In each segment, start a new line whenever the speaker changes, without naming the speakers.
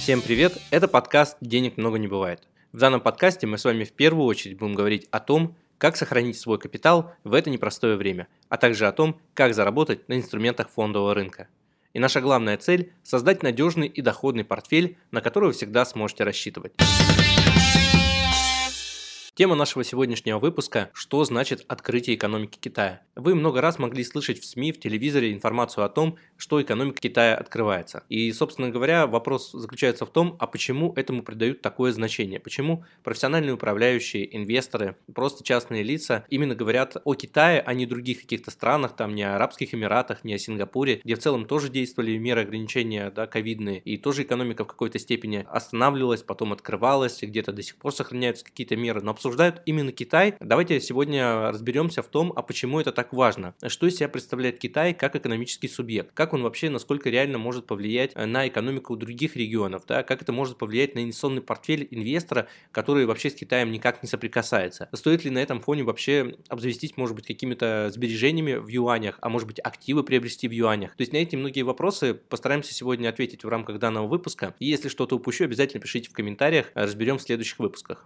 Всем привет, это подкаст «Денег много не бывает». В данном подкасте мы с вами в первую очередь будем говорить о том, как сохранить свой капитал в это непростое время, а также о том, как заработать на инструментах фондового рынка. И наша главная цель – создать надежный и доходный портфель, на который вы всегда сможете рассчитывать. Тема нашего сегодняшнего выпуска – что значит открытие экономики Китая. Вы много раз могли слышать в СМИ, в телевизоре информацию о том, что экономика Китая открывается. И, собственно говоря, вопрос заключается в том, а почему этому придают такое значение? Почему профессиональные управляющие, инвесторы, просто частные лица именно говорят о Китае, а не других каких-то странах, там не о Арабских Эмиратах, не о Сингапуре, где в целом тоже действовали меры ограничения, ковидные, и тоже экономика в какой-то степени останавливалась, потом открывалась, где-то до сих пор сохраняются какие-то меры, но обсуждают именно Китай. Давайте сегодня разберемся в том, а почему это так важно. Что из себя представляет Китай как экономический субъект? Как он вообще, насколько реально может повлиять на экономику других регионов? Как это может повлиять на инвестиционный портфель инвестора, который вообще с Китаем никак не соприкасается? Стоит ли на этом фоне вообще обзавестись, может быть, какими-то сбережениями в юанях, а может быть, активы приобрести в юанях? То есть на эти многие вопросы постараемся сегодня ответить в рамках данного выпуска. И если что-то упущу, обязательно пишите в комментариях, разберем в следующих выпусках.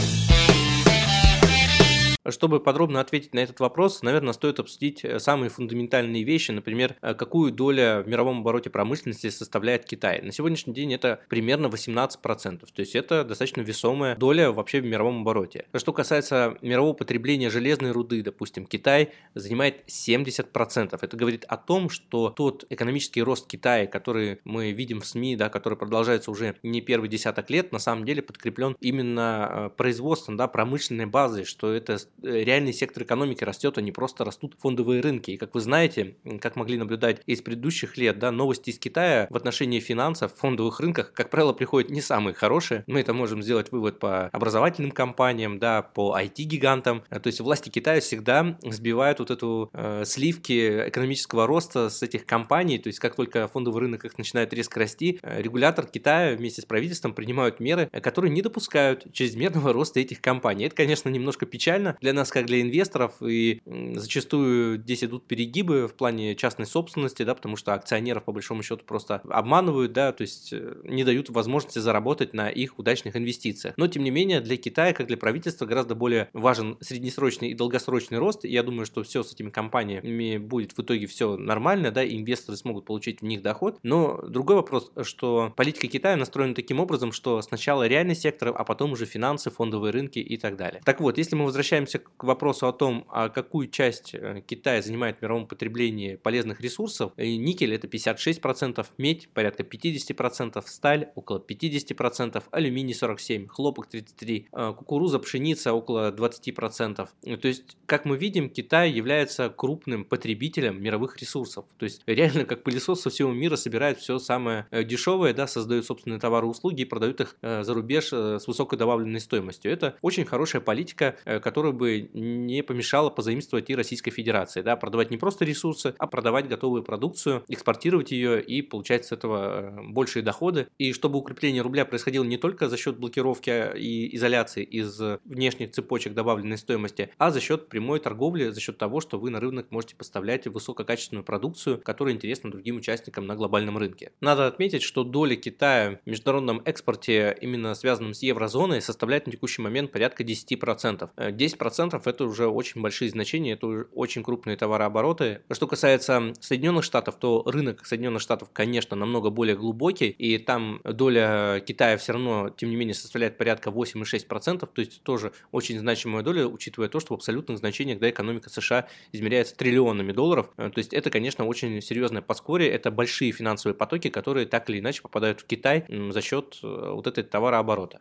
Чтобы подробно ответить на этот вопрос, наверное, стоит обсудить самые фундаментальные вещи, например, какую долю в мировом обороте промышленности составляет Китай. На сегодняшний день это примерно 18%, то есть это достаточно весомая доля вообще в мировом обороте. Что касается мирового потребления железной руды, допустим, Китай занимает 70%. Это говорит о том, что тот экономический рост Китая, который мы видим в СМИ, который продолжается уже не первый десяток лет, на самом деле подкреплен именно производством, промышленной базой, что это реальный сектор экономики растет, а не просто растут фондовые рынки. И как вы знаете, как могли наблюдать из предыдущих лет, новости из Китая в отношении финансов в фондовых рынках, как правило, приходят не самые хорошие. Мы это можем сделать вывод по образовательным компаниям, по IT-гигантам. То есть власти Китая всегда сбивают эту сливки экономического роста с этих компаний. То есть как только фондовый рынок их начинает резко расти, регулятор Китая вместе с правительством принимают меры, которые не допускают чрезмерного роста этих компаний. Это, конечно, немножко печально для нас, как для инвесторов, и зачастую здесь идут перегибы в плане частной собственности, потому что акционеров по большому счету просто обманывают, то есть не дают возможности заработать на их удачных инвестициях. Но тем не менее для Китая, как для правительства, гораздо более важен среднесрочный и долгосрочный рост. И я думаю, что все с этими компаниями будет в итоге все нормально, и инвесторы смогут получить в них доход. Но другой вопрос, что политика Китая настроена таким образом, что сначала реальный сектор, а потом уже финансы, фондовые рынки и так далее. Так вот, если мы возвращаемся к вопросу о том, какую часть Китая занимает в мировом потреблении полезных ресурсов, никель это 56%, медь порядка 50%, сталь около 50%, алюминий 47%, хлопок 33%, кукуруза, пшеница около 20%. То есть, как мы видим, Китай является крупным потребителем мировых ресурсов. То есть, реально как пылесос со всего мира собирает все самое дешевое, создает собственные товары и услуги и продает их за рубеж с высокой добавленной стоимостью. Это очень хорошая политика, которую бы не помешало позаимствовать и Российской Федерации, продавать не просто ресурсы, а продавать готовую продукцию, экспортировать ее и получать с этого большие доходы. И чтобы укрепление рубля происходило не только за счет блокировки и изоляции из внешних цепочек добавленной стоимости, а за счет прямой торговли, за счет того, что вы на рынок можете поставлять высококачественную продукцию, которая интересна другим участникам на глобальном рынке. Надо отметить, что доля Китая в международном экспорте, именно связанном с еврозоной, составляет на текущий момент порядка 10%. 10% это уже очень большие значения, это уже очень крупные товарообороты. Что касается Соединенных Штатов, то рынок Соединенных Штатов, конечно, намного более глубокий, и там доля Китая все равно, тем не менее, составляет порядка 8,6%, то есть тоже очень значимая доля, учитывая то, что в абсолютных значениях экономика США измеряется триллионами долларов. То есть это, конечно, очень серьезное подспорье, это большие финансовые потоки, которые так или иначе попадают в Китай за счет вот этой товарооборота.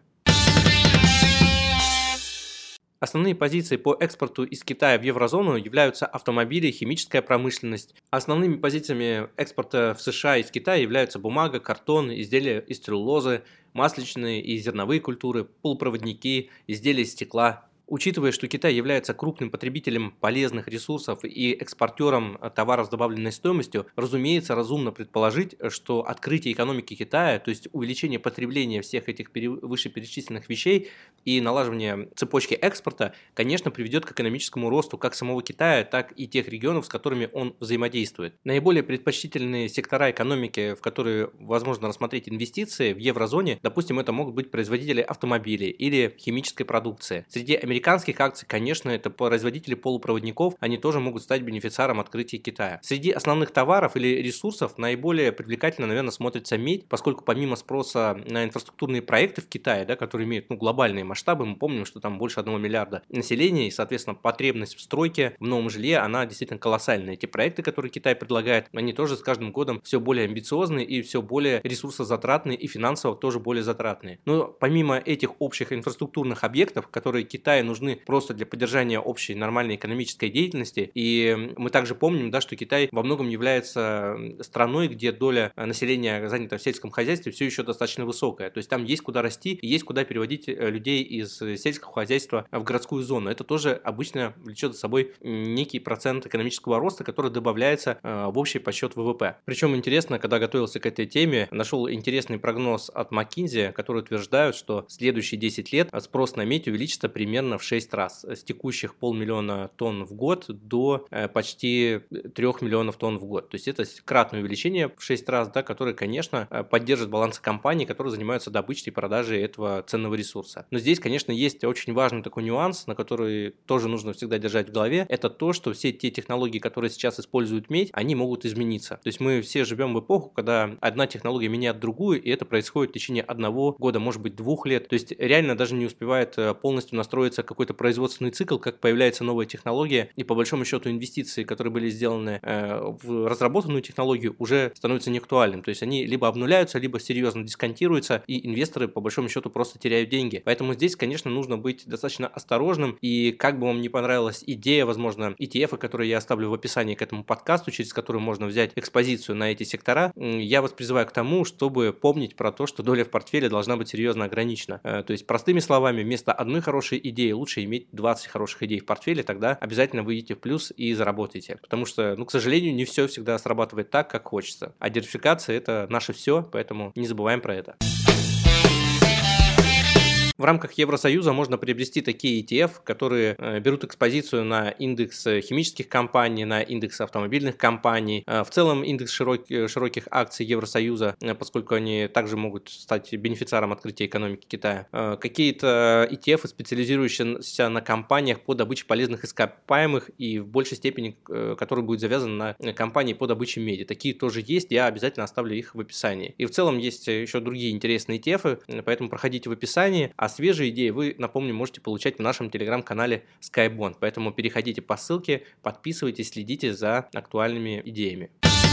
Основные позиции по экспорту из Китая в еврозону являются автомобили, химическая промышленность. Основными позициями экспорта в США из Китая являются бумага, картон, изделия из целлюлозы, масличные и зерновые культуры, полупроводники, изделия из стекла. Учитывая, что Китай является крупным потребителем полезных ресурсов и экспортером товаров с добавленной стоимостью, разумеется, разумно предположить, что открытие экономики Китая, то есть увеличение потребления всех этих вышеперечисленных вещей и налаживание цепочки экспорта, конечно, приведет к экономическому росту как самого Китая, так и тех регионов, с которыми он взаимодействует. Наиболее предпочтительные сектора экономики, в которые возможно рассмотреть инвестиции в еврозоне, допустим, это могут быть производители автомобилей или химической продукции. Среди американских акций, конечно, это производители полупроводников, они тоже могут стать бенефициаром открытия Китая. Среди основных товаров или ресурсов наиболее привлекательно, наверное, смотрится медь, поскольку помимо спроса на инфраструктурные проекты в Китае, да, которые имеют глобальные масштабы, мы помним, что там больше 1 миллиарда населения, и, соответственно, потребность в стройке, в новом жилье, она действительно колоссальная. Эти проекты, которые Китай предлагает, они тоже с каждым годом все более амбициозные и все более ресурсозатратные и финансово тоже более затратные. Но помимо этих общих инфраструктурных объектов, которые Китаю нужны просто для поддержания общей нормальной экономической деятельности, и мы также помним, да, что Китай во многом является страной, где доля населения, занятая в сельском хозяйстве, все еще достаточно высокая. То есть там есть куда расти и есть куда переводить людей из сельского хозяйства в городскую зону. Это тоже обычно влечет за собой некий процент экономического роста, который добавляется в общий подсчет ВВП. Причем интересно, когда готовился к этой теме, нашел интересный прогноз от McKinsey, который утверждают, что в следующие 10 лет спрос на медь увеличится примерно в 6 раз, с текущих 500 000 тонн в год до почти 3 миллионов тонн в год. То есть это кратное увеличение в 6 раз, да, которое, конечно, поддержит баланс компаний, которые занимаются добычей и продажей этого ценного ресурса. Но здесь, конечно, есть очень важный такой нюанс, на который тоже нужно всегда держать в голове. Это то, что все те технологии, которые сейчас используют медь, они могут измениться. То есть мы все живем в эпоху, когда одна технология меняет другую, и это происходит в течение 1 года, может быть 2 лет. То есть реально даже не успевает полностью настроиться какой-то производственный цикл, как появляется новая технология, и по большому счету инвестиции, которые были сделаны в разработанную технологию, уже становятся неактуальными. То есть они либо обнуляются, либо серьезно дисконтируются, и инвесторы по большому счету просто теряют деньги. Поэтому здесь, конечно, нужно быть достаточно осторожным, и как бы вам не понравилась идея, возможно, ETF, которые я оставлю в описании к этому подкасту, через который можно взять экспозицию на эти сектора, я вас призываю к тому, чтобы помнить про то, что доля в портфеле должна быть серьезно ограничена. То есть, простыми словами, вместо одной хорошей идеи лучше иметь 20 хороших идей в портфеле, тогда обязательно выйдете в плюс и заработаете. Потому что, к сожалению, не все всегда срабатывает так, как хочется. А диверсификация – это наше все, поэтому не забываем про это. В рамках Евросоюза можно приобрести такие ETF, которые берут экспозицию на индекс химических компаний, на индекс автомобильных компаний, в целом индекс широких акций Евросоюза, поскольку они также могут стать бенефициаром открытия экономики Китая. Какие-то ETF, специализирующиеся на компаниях по добыче полезных ископаемых и в большей степени, которые будут завязаны на компании по добыче меди. Такие тоже есть, я обязательно оставлю их в описании. И в целом есть еще другие интересные ETF, поэтому проходите в описании. А свежие идеи вы, напомню, можете получать в нашем телеграм-канале SkyBond. Поэтому переходите по ссылке, подписывайтесь, следите за актуальными идеями.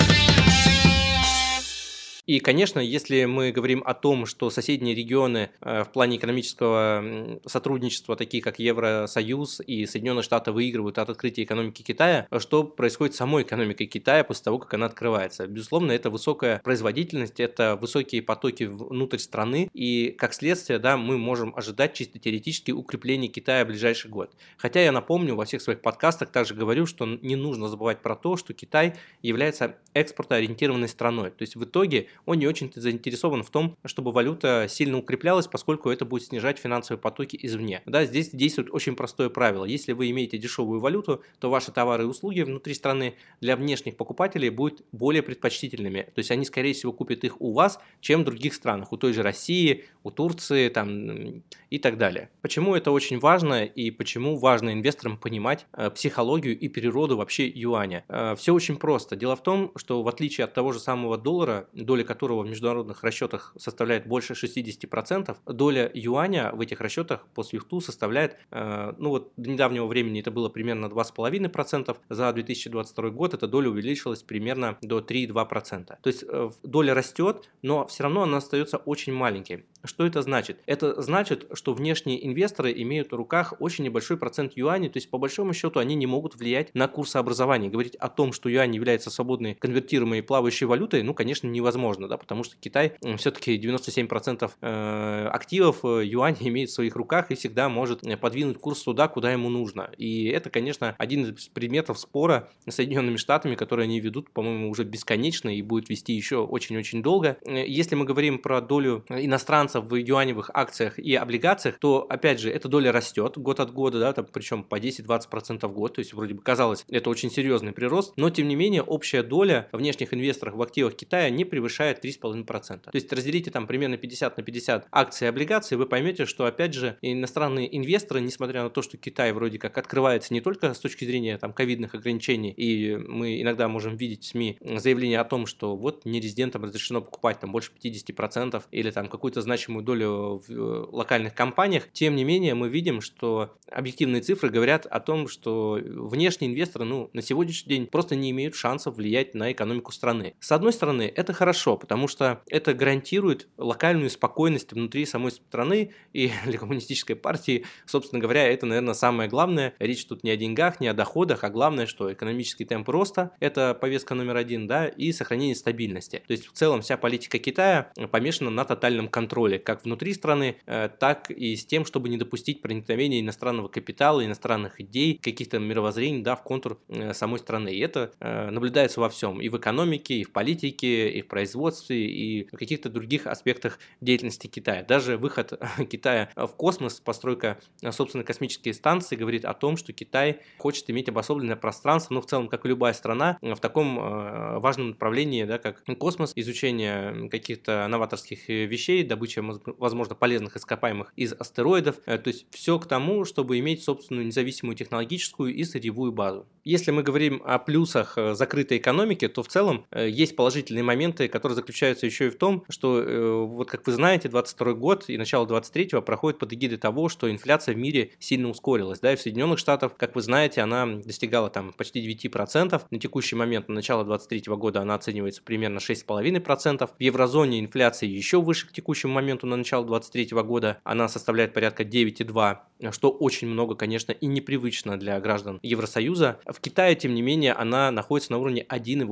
И, конечно, если мы говорим о том, что соседние регионы в плане экономического сотрудничества, такие как Евросоюз и Соединенные Штаты, выигрывают от открытия экономики Китая, что происходит с самой экономикой Китая после того, как она открывается? Безусловно, это высокая производительность, это высокие потоки внутрь страны, и, как следствие, да, мы можем ожидать чисто теоретически укрепления Китая в ближайший год. Хотя я напомню, во всех своих подкастах также говорю, что не нужно забывать про то, что Китай является экспортоориентированной страной. То есть в итоге он не очень-то заинтересован в том, чтобы валюта сильно укреплялась, поскольку это будет снижать финансовые потоки извне. Да, здесь действует очень простое правило. Если вы имеете дешевую валюту, то ваши товары и услуги внутри страны для внешних покупателей будут более предпочтительными. То есть они, скорее всего, купят их у вас, чем в других странах, у той же России, у Турции там, и так далее. Почему это очень важно и почему важно инвесторам понимать психологию и природу вообще юаня? Все очень просто. Дело в том, что в отличие от того же самого доллара, доля которого в международных расчетах составляет больше 60%, доля юаня в этих расчетах по свифту составляет, до недавнего времени это было примерно 2,5%, за 2022 год эта доля увеличилась примерно до 3,2%. То есть доля растет, но все равно она остается очень маленькой. Что это значит? Это значит, что внешние инвесторы имеют в руках очень небольшой процент юаней, то есть по большому счету они не могут влиять на курсообразование. Говорить о том, что юань является свободной конвертируемой плавающей валютой, ну, конечно, невозможно, да, потому что Китай все-таки 97% активов юань имеет в своих руках и всегда может подвинуть курс туда, куда ему нужно. И это, конечно, один из предметов спора с Соединенными Штатами, которые они ведут, по-моему, уже бесконечно и будут вести еще очень-очень долго. Если мы говорим про долю иностранцев в юаневых акциях и облигациях, то, опять же, эта доля растет год от года, да, там, причем по 10-20% в год, то есть вроде бы казалось, это очень серьезный прирост, но, тем не менее, общая доля внешних инвесторов в активах Китая не превышает 3,5%. То есть разделите там примерно 50 на 50 акций и облигаций, вы поймете, что, опять же, иностранные инвесторы, несмотря на то, что Китай вроде как открывается не только с точки зрения там ковидных ограничений, и мы иногда можем видеть в СМИ заявление о том, что вот нерезидентам разрешено покупать там больше 50% или там какую-то значимую долю в локальных компаниях, тем не менее мы видим, что объективные цифры говорят о том, что внешние инвесторы, ну, на сегодняшний день просто не имеют шансов влиять на экономику страны. С одной стороны, это хорошо, потому что это гарантирует локальную спокойность внутри самой страны, и для коммунистической партии, собственно говоря, это, наверное, самое главное. Речь тут не о деньгах, не о доходах, а главное, что экономический темп роста – это повестка номер один, да, и сохранение стабильности. То есть в целом вся политика Китая помешана на тотальном контроле, как внутри страны, так и с тем, чтобы не допустить проникновения иностранного капитала, иностранных идей, каких-то мировоззрений, да, в контур самой страны. И это наблюдается во всем, и в экономике, и в политике, и в производстве, и в каких-то других аспектах деятельности Китая. Даже выход Китая в космос, постройка собственной космической станции говорит о том, что Китай хочет иметь обособленное пространство, ну, в целом, как и любая страна, в таком важном направлении, да, как космос, изучение каких-то новаторских вещей, добыча, возможно, полезных ископаемых из астероидов, то есть все к тому, чтобы иметь собственную независимую технологическую и сырьевую базу. Если мы говорим о плюсах закрытой экономики, то в целом есть положительные моменты, которые заключаются еще и в том, что, вот как вы знаете, 22 год и начало 23-го проходит под эгидой того, что инфляция в мире сильно ускорилась, да, и в Соединенных Штатах, как вы знаете, она достигала там почти 9%, на текущий момент, на начало 23 года она оценивается примерно 6,5%, в еврозоне инфляция еще выше к текущему моменту на начало 23 года, она составляет порядка 9,2%, что очень много, конечно, и непривычно для граждан Евросоюза. В Китае, тем не менее, она находится на уровне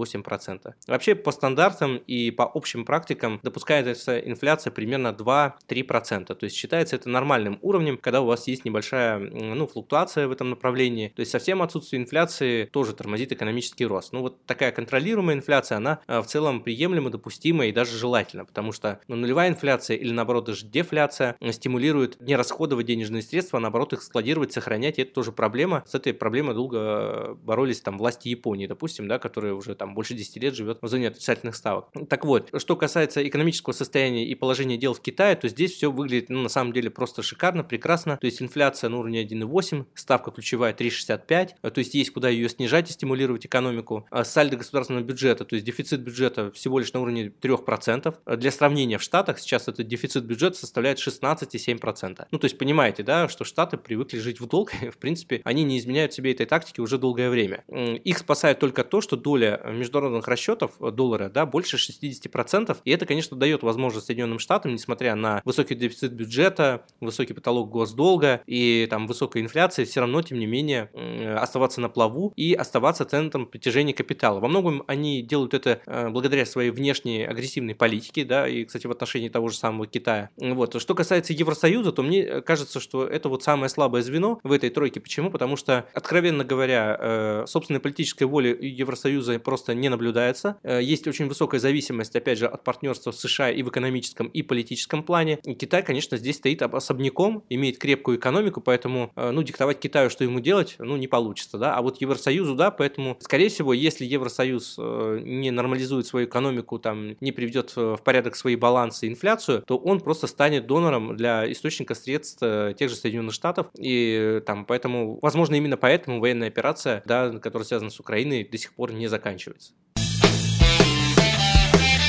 1,8%. Вообще, по стандартам и по общим практикам допускается инфляция примерно 2-3%. То есть считается это нормальным уровнем, когда у вас есть небольшая, ну, флуктуация в этом направлении. То есть совсем отсутствие инфляции тоже тормозит экономический рост. Ну, вот такая контролируемая инфляция, она в целом приемлема, допустима и даже желательна, потому что нулевая инфляция или, наоборот, даже дефляция стимулирует не расходовать денежные средства, а наоборот их складировать, сохранять. И это тоже проблема. С этой проблемой долго боролись там власти Японии, допустим, да, которая уже там больше 10 лет живет в зоне отрицательных ставок. Так вот, что касается экономического состояния и положения дел в Китае, то здесь все выглядит, ну, на самом деле просто шикарно, прекрасно. То есть инфляция на уровне 1,8, ставка ключевая 3,65, то есть есть куда ее снижать и стимулировать экономику. Сальдо государственного бюджета, то есть дефицит бюджета всего лишь на уровне 3%. Для сравнения, в Штатах сейчас этот дефицит бюджета составляет 16,7%. Ну, то есть понимаете, да, что Штаты привыкли жить в долг, в принципе, они не изменяют себе этой тактики уже долгое время. Их спасает только то, что доля международных расчетов доллара, да, больше 60%, и это, конечно, дает возможность Соединенным Штатам, несмотря на высокий дефицит бюджета, высокий потолок госдолга и там высокая инфляция, все равно, тем не менее, оставаться на плаву и оставаться центром притяжения капитала. Во многом они делают это благодаря своей внешней агрессивной политике, да, и, кстати, в отношении того же самого Китая. Вот. Что касается Евросоюза, то мне кажется, что это вот самое слабое звено в этой тройке. Почему? Потому что, откровенно говоря, собственной политической воли Евросоюза просто не наблюдается. Есть очень высокая зависимость, опять же, от партнерства с США и в экономическом, и политическом плане. И Китай, конечно, здесь стоит особняком, имеет крепкую экономику, поэтому, ну, диктовать Китаю, что ему делать, ну, не получится, да. А вот Евросоюзу, да, поэтому, скорее всего, если Евросоюз не нормализует свою экономику, там, не приведет в порядок свои балансы и инфляцию, то он просто станет донором для источника средств тех же Соединенных Штатов. И там, поэтому, возможно, именно поэтому военная операция, да, которая связана с Украиной, до сих пор не заканчивается.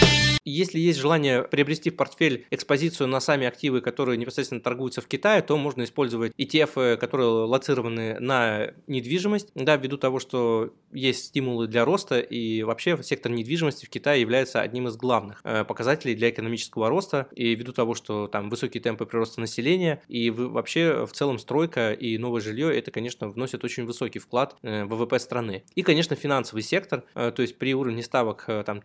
Если есть желание приобрести в портфель экспозицию на сами активы, которые непосредственно торгуются в Китае, то можно использовать ETF, которые лоцированы на недвижимость, да, ввиду того, что есть стимулы для роста, и вообще сектор недвижимости в Китае является одним из главных показателей для экономического роста, и ввиду того, что там высокие темпы прироста населения, и вообще в целом стройка и новое жилье, это, конечно, вносит очень высокий вклад в ВВП страны. И, конечно, финансовый сектор, то есть при уровне ставок там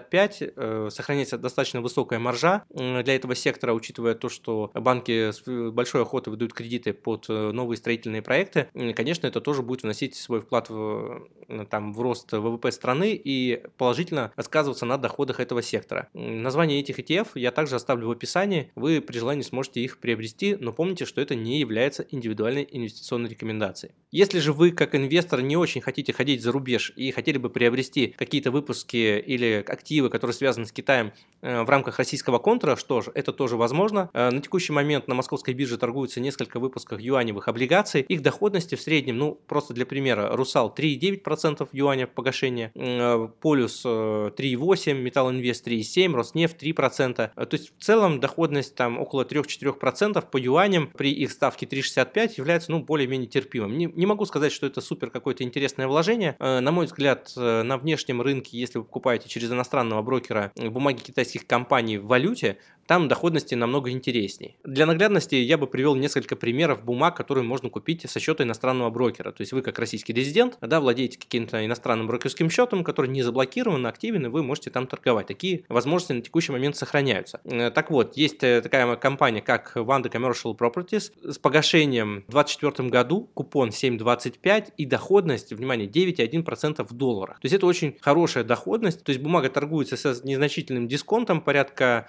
3,65 сохраняется достаточно высокая маржа для этого сектора, учитывая то, что банки с большой охотой выдают кредиты под новые строительные проекты. Конечно, это тоже будет вносить свой вклад в рост ВВП страны и положительно сказываться на доходах этого сектора. Название этих ETF я также оставлю в описании, вы при желании сможете их приобрести, но помните, что это не является индивидуальной инвестиционной рекомендацией. Если же вы, как инвестор, не очень хотите ходить за рубеж и хотели бы приобрести какие-то выпуски или активы, которые связаны с Китаем в рамках российского контура, что ж, это тоже возможно. На текущий момент на московской бирже торгуются несколько выпусков юаневых облигаций. Их доходности в среднем, просто для примера, Русал 3,9% юаня погашения, Полюс 3,8%, Металлинвест 3,7%, Роснефть 3%. То есть в целом доходность там около 3-4% по юаням при их ставке 3,65 является более-менее терпимым. Не могу сказать, что это супер какое-то интересное вложение. На мой взгляд, на внешнем рынке, если вы покупаете через иностранного брокера бумаги китайских компаний в валюте, там доходности намного интереснее. Для наглядности я бы привел несколько примеров бумаг, которые можно купить со счета иностранного брокера. То есть вы, как российский резидент, владеете каким-то иностранным брокерским счетом, который не заблокирован, активен, и вы можете там торговать. Такие возможности на текущий момент сохраняются. Так вот, есть такая компания, как Vanda Commercial Properties, с погашением в 2024 году, купон 7,25 и доходность, внимание, 9,1% в долларах. То есть это очень хорошая доходность. То есть бумага торгуется с незначительным дисконтом, порядка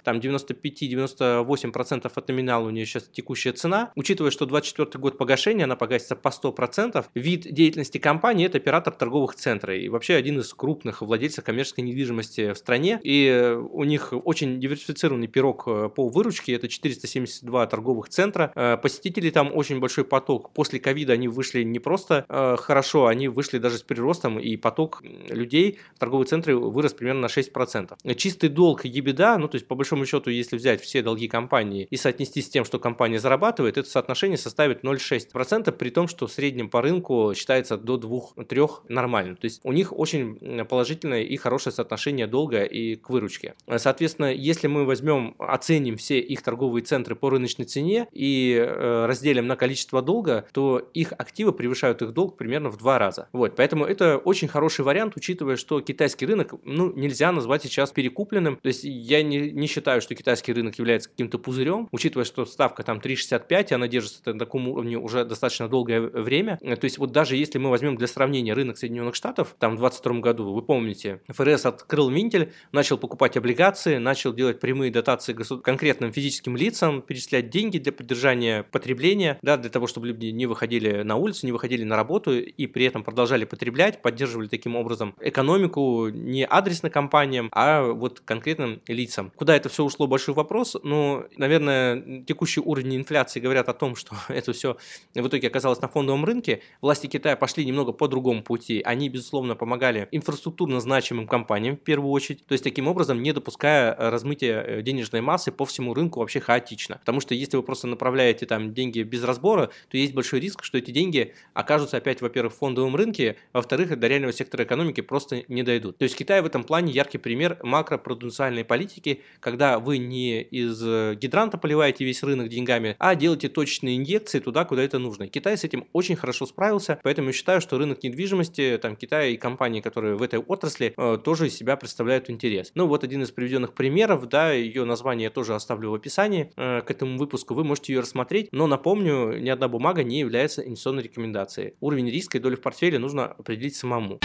95-98% от номинала у нее сейчас текущая цена. Учитывая, что 2024 год погашения, она погасится по 100%. Вид деятельности компании – это оператор торговых центров и вообще один из крупных владельцев коммерческой недвижимости в стране. И у них очень диверсифицированный пирог по выручке, это 472 торговых центра. Посетителей там очень большой поток. После ковида они вышли не просто хорошо, они вышли даже с приростом, и поток людей в торговые центры вырос примерно на 6%. Чистый долг EBITDA, то есть по большому счету, если взять все долги компании и соотнести с тем, что компания зарабатывает, это соотношение составит 0,6%, при том, что в среднем по рынку считается до 2-3 нормально. То есть у них очень положительное и хорошее соотношение долга и к выручке. Соответственно, если мы оценим все их торговые центры по рыночной цене и разделим на количество долга, то их активы превышают их долг примерно в 2 раза. Поэтому это очень хороший вариант, учитывая, что китайский рынок нельзя назвать сейчас перекупленным. То есть я не считаю, что китайский рынок является каким-то пузырем, учитывая, что ставка там 3,65, и она держится на таком уровне уже достаточно долгое время. То есть даже если мы возьмем для сравнения рынок Соединенных Штатов, там в 2022 году, вы помните, ФРС открыл винтель, начал покупать облигации, начал делать прямые дотации конкретным физическим лицам, перечислять деньги для поддержания потребления, для того, чтобы люди не выходили на улицу, не выходили на работу и при этом продолжали потреблять, поддерживали таким образом экономику не адресно компаниям, а конкретным лицам. Куда это все ушло, большой вопрос, но, наверное, текущий уровень инфляции говорят о том, что это все в итоге оказалось на фондовом рынке. Власти Китая пошли немного по другому пути. Они, безусловно, помогали инфраструктурно значимым компаниям в первую очередь, то есть таким образом не допуская размытия денежной массы по всему рынку вообще хаотично. Потому что если вы просто направляете там деньги без разбора, то есть большой риск, что эти деньги окажутся опять, во-первых, в фондовом рынке, во-вторых, до реального сектора экономики просто не дойдут. То есть Китай в этом плане яркий пример макропруденциальной политики, когда вы не из гидранта поливаете весь рынок деньгами, а делаете точечные инъекции туда, куда это нужно. Китай с этим очень хорошо справился, поэтому я считаю, что рынок недвижимости, Китай и компании, которые в этой отрасли, тоже из себя представляют интерес. Один из приведенных примеров, ее название я тоже оставлю в описании к этому выпуску, вы можете ее рассмотреть, но напомню, ни одна бумага не является инвестиционной рекомендацией. Уровень риска и доли в портфеле нужно определить самому.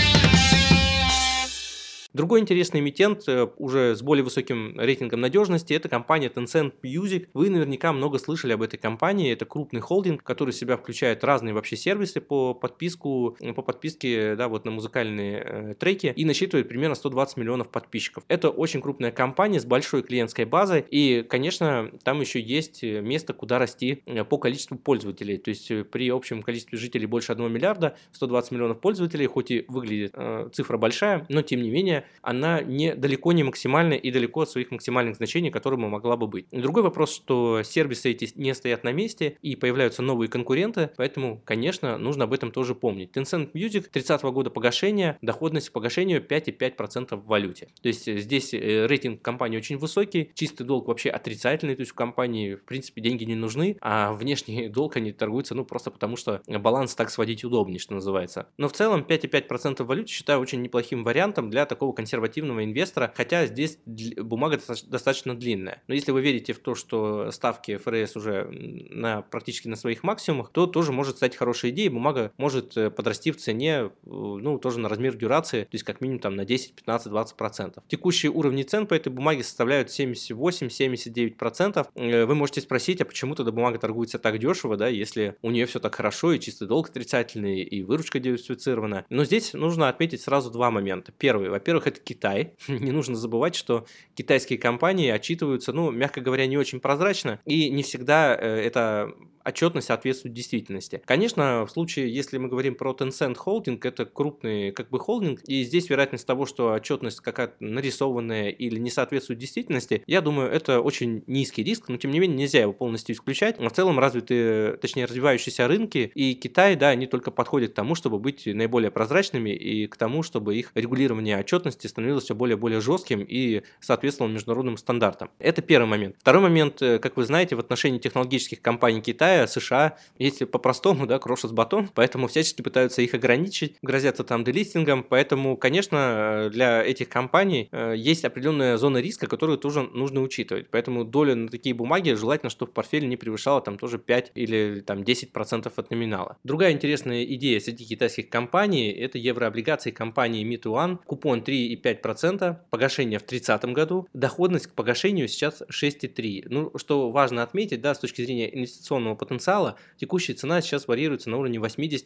Другой интересный эмитент, уже с более высоким рейтингом надежности, это компания Tencent Music. Вы наверняка много слышали об этой компании. Это крупный холдинг, который в себя включает разные вообще сервисы по подписке на музыкальные треки и насчитывает примерно 120 миллионов подписчиков. Это очень крупная компания с большой клиентской базой, и, конечно, там еще есть место, куда расти по количеству пользователей. То есть при общем количестве жителей больше 1 миллиарда, 120 миллионов пользователей, хоть и выглядит цифра большая, но тем не менее компания, она далеко не максимальная и далеко от своих максимальных значений, которыми могла бы быть. Другой вопрос, что сервисы эти не стоят на месте и появляются новые конкуренты, поэтому, конечно, нужно об этом тоже помнить. Tencent Music 30 года погашения, доходность к погашению 5,5% в валюте. То есть здесь рейтинг компании очень высокий, чистый долг вообще отрицательный, то есть у компании, в принципе, деньги не нужны, а внешний долг они торгуются, просто потому что баланс так сводить удобнее, что называется. Но в целом 5,5% в валюте считаю очень неплохим вариантом для такого консервативного инвестора, хотя здесь бумага достаточно длинная. Но если вы верите в то, что ставки ФРС уже практически на своих максимумах, то тоже может стать хорошей идеей. Бумага может подрасти в цене, тоже на размер дюрации, то есть как минимум там на 10, 15, 20%. Текущие уровни цен по этой бумаге составляют 78-79%. Вы можете спросить, а почему тогда бумага торгуется так дешево, да, если у нее все так хорошо, и чистый долг отрицательный, и выручка диверсифицирована. Но здесь нужно отметить сразу два момента. Первый, во-первых, это Китай. Не нужно забывать, что китайские компании отчитываются, мягко говоря, не очень прозрачно, и не всегда это отчетность соответствует действительности. Конечно, в случае, если мы говорим про Tencent Holding, это крупный холдинг, и здесь вероятность того, что отчетность какая-то нарисованная или не соответствует действительности, я думаю, это очень низкий риск, но тем не менее нельзя его полностью исключать. Но в целом развивающиеся рынки и Китай, да, они только подходят к тому, чтобы быть наиболее прозрачными и к тому, чтобы их регулирование отчетности становилось все более и более жестким и соответствовало международным стандартам. Это первый момент. Второй момент, как вы знаете, в отношении технологических компаний Китая, США, если по-простому, да, крошат батон, поэтому всячески пытаются их ограничить, грозятся там делистингом, поэтому, конечно, для этих компаний есть определенная зона риска, которую тоже нужно учитывать, поэтому доля на такие бумаги желательно, чтобы в портфеле не превышала там тоже 5 или там 10% от номинала. Другая интересная идея среди китайских компаний – это еврооблигации компании Meituan, купон 3,5%, погашение в 2030 году, доходность к погашению сейчас 6,3%. Что важно отметить, да, с точки зрения инвестиционного потенциала, текущая цена сейчас варьируется на уровне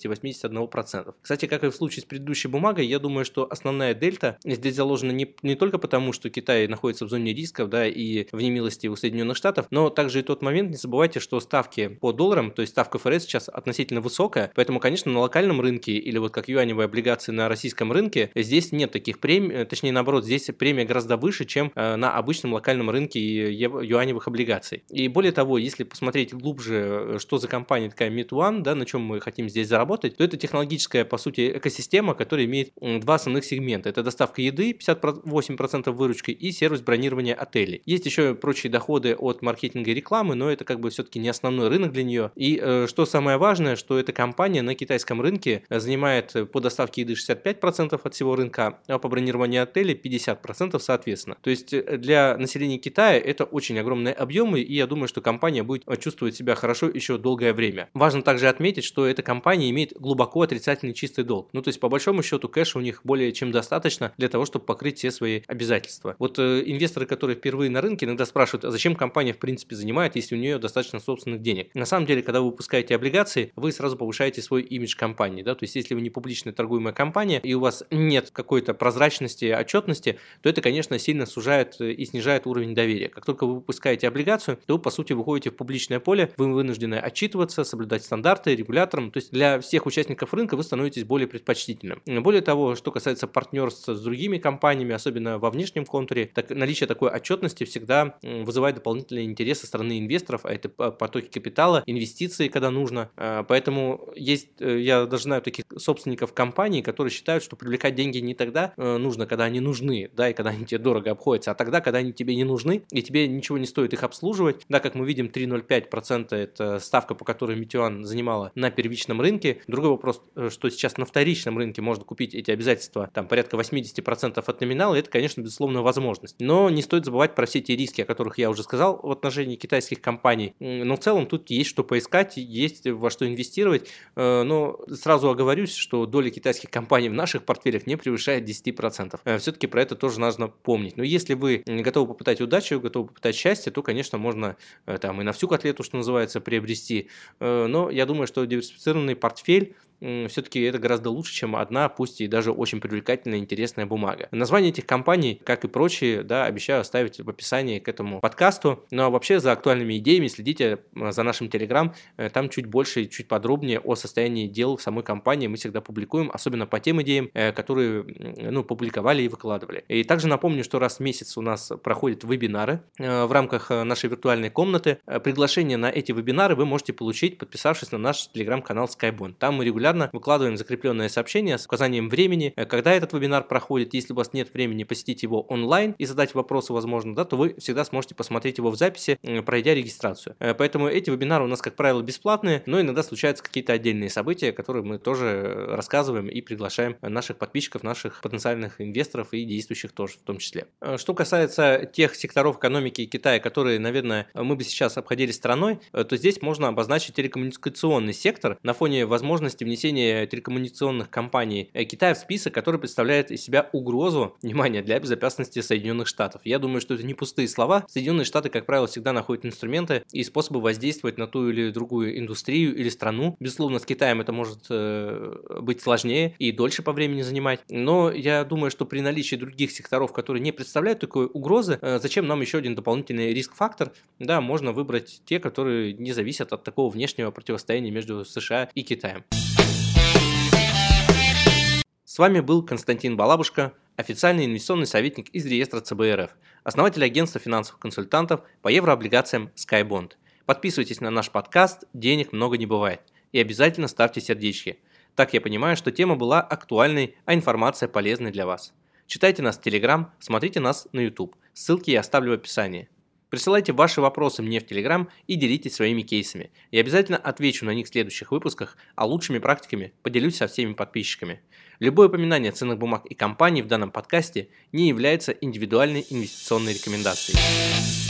80-81%. Кстати, как и в случае с предыдущей бумагой, я думаю, что основная дельта здесь заложена не только потому, что Китай находится в зоне рисков, да, и в немилости у Соединенных Штатов, но также и тот момент, не забывайте, что ставки по долларам, то есть ставка ФРС сейчас относительно высокая, поэтому, конечно, на локальном рынке или как юаневые облигации на российском рынке, здесь нет таких премий, точнее наоборот, здесь премия гораздо выше, чем на обычном локальном рынке юаневых облигаций. И более того, если посмотреть глубже, что за компания такая Meituan, да, на чем мы хотим здесь заработать, то это технологическая, по сути, экосистема, которая имеет два основных сегмента. Это доставка еды, 58% выручки, и сервис бронирования отелей. Есть еще прочие доходы от маркетинга и рекламы, но это все-таки не основной рынок для нее. И что самое важное, что эта компания на китайском рынке занимает по доставке еды 65% от всего рынка, а по бронированию отелей 50% соответственно. То есть для населения Китая это очень огромные объемы, и я думаю, что компания будет чувствовать себя хорошо еще долгое время. Важно также отметить, что эта компания имеет глубоко отрицательный чистый долг. То есть по большому счету кэша у них более чем достаточно для того, чтобы покрыть все свои обязательства. Инвесторы, которые впервые на рынке, иногда спрашивают, а зачем компания в принципе занимает, если у нее достаточно собственных денег. На самом деле, когда вы выпускаете облигации, вы сразу повышаете свой имидж компании. Да? То есть если вы не публичная торгуемая компания и у вас нет какой-то прозрачности, отчетности, то это, конечно, сильно сужает и снижает уровень доверия. Как только вы выпускаете облигацию, то вы, по сути, выходите в публичное поле, вы вынуждены отчитываться, соблюдать стандарты регуляторам, то есть для всех участников рынка вы становитесь более предпочтительным. Более того, что касается партнерства с другими компаниями, особенно во внешнем контуре, наличие такой отчетности всегда вызывает дополнительный интерес со стороны инвесторов, а это потоки капитала, инвестиции, когда нужно. Поэтому я даже знаю таких собственников компаний, которые считают, что привлекать деньги не тогда нужно, когда они нужны, да, и когда они тебе дорого обходятся, а тогда, когда они тебе не нужны, и тебе ничего не стоит их обслуживать. Да, как мы видим, 3,05% это ставка, по которой Meituan занимала на первичном рынке. Другой вопрос, что сейчас на вторичном рынке можно купить эти обязательства там порядка 80% от номинала, это, конечно, безусловно, возможность. Но не стоит забывать про все те риски, о которых я уже сказал в отношении китайских компаний. Но в целом тут есть что поискать, есть во что инвестировать. Но сразу оговорюсь, что доля китайских компаний в наших портфелях не превышает 10%. Все-таки про это тоже нужно помнить. Но если вы готовы попытать удачу, готовы попытать счастье, то, конечно, можно там и на всю котлету, что называется, приобрести. Но я думаю, что диверсифицированный портфель все-таки это гораздо лучше, чем одна, пусть и даже очень привлекательная, интересная бумага. Название этих компаний, как и прочие, да, обещаю оставить в описании к этому подкасту. Ну а вообще за актуальными идеями следите за нашим Telegram, там чуть больше и чуть подробнее о состоянии дел в самой компании мы всегда публикуем, особенно по тем идеям, которые публикуем публиковали и выкладывали. И также напомню, что раз в месяц у нас проходят вебинары в рамках нашей виртуальной комнаты. Приглашение на эти вебинары вы можете получить, подписавшись на наш телеграм-канал SkyBond. Там мы регулярно выкладываем закрепленное сообщение с указанием времени, когда этот вебинар проходит. Если у вас нет времени посетить его онлайн и задать вопросы, возможно, да, то вы всегда сможете посмотреть его в записи, пройдя регистрацию. Поэтому эти вебинары у нас, как правило, бесплатные, но иногда случаются какие-то отдельные события, которые мы тоже рассказываем и приглашаем наших подписчиков, наших потенциальных инвесторов и действующих тоже в том числе. Что касается тех секторов экономики Китая, которые, наверное, мы бы сейчас обходили стороной, то здесь можно обозначить телекоммуникационный сектор на фоне возможности внесения телекоммуникационных компаний Китая в список, который представляет из себя угрозу, внимание, для безопасности Соединенных Штатов. Я думаю, что это не пустые слова. Соединенные Штаты, как правило, всегда находят инструменты и способы воздействовать на ту или другую индустрию или страну. Безусловно, с Китаем это может быть сложнее и дольше по времени занимать, но я думаю, что при наличии других секторов, которые не представляют такой угрозы, зачем нам еще один дополнительный риск-фактор? Да, можно выбрать те, которые не зависят от такого внешнего противостояния между США и Китаем. С вами был Константин Балабушка, официальный инвестиционный советник из реестра ЦБ РФ, основатель агентства финансовых консультантов по еврооблигациям SkyBond. Подписывайтесь на наш подкаст «Денег много не бывает» и обязательно ставьте сердечки. Так я понимаю, что тема была актуальной, а информация полезной для вас. Читайте нас в Telegram, смотрите нас на YouTube. Ссылки я оставлю в описании. Присылайте ваши вопросы мне в Telegram и делитесь своими кейсами. Я обязательно отвечу на них в следующих выпусках, а лучшими практиками поделюсь со всеми подписчиками. Любое упоминание ценных бумаг и компаний в данном подкасте не является индивидуальной инвестиционной рекомендацией.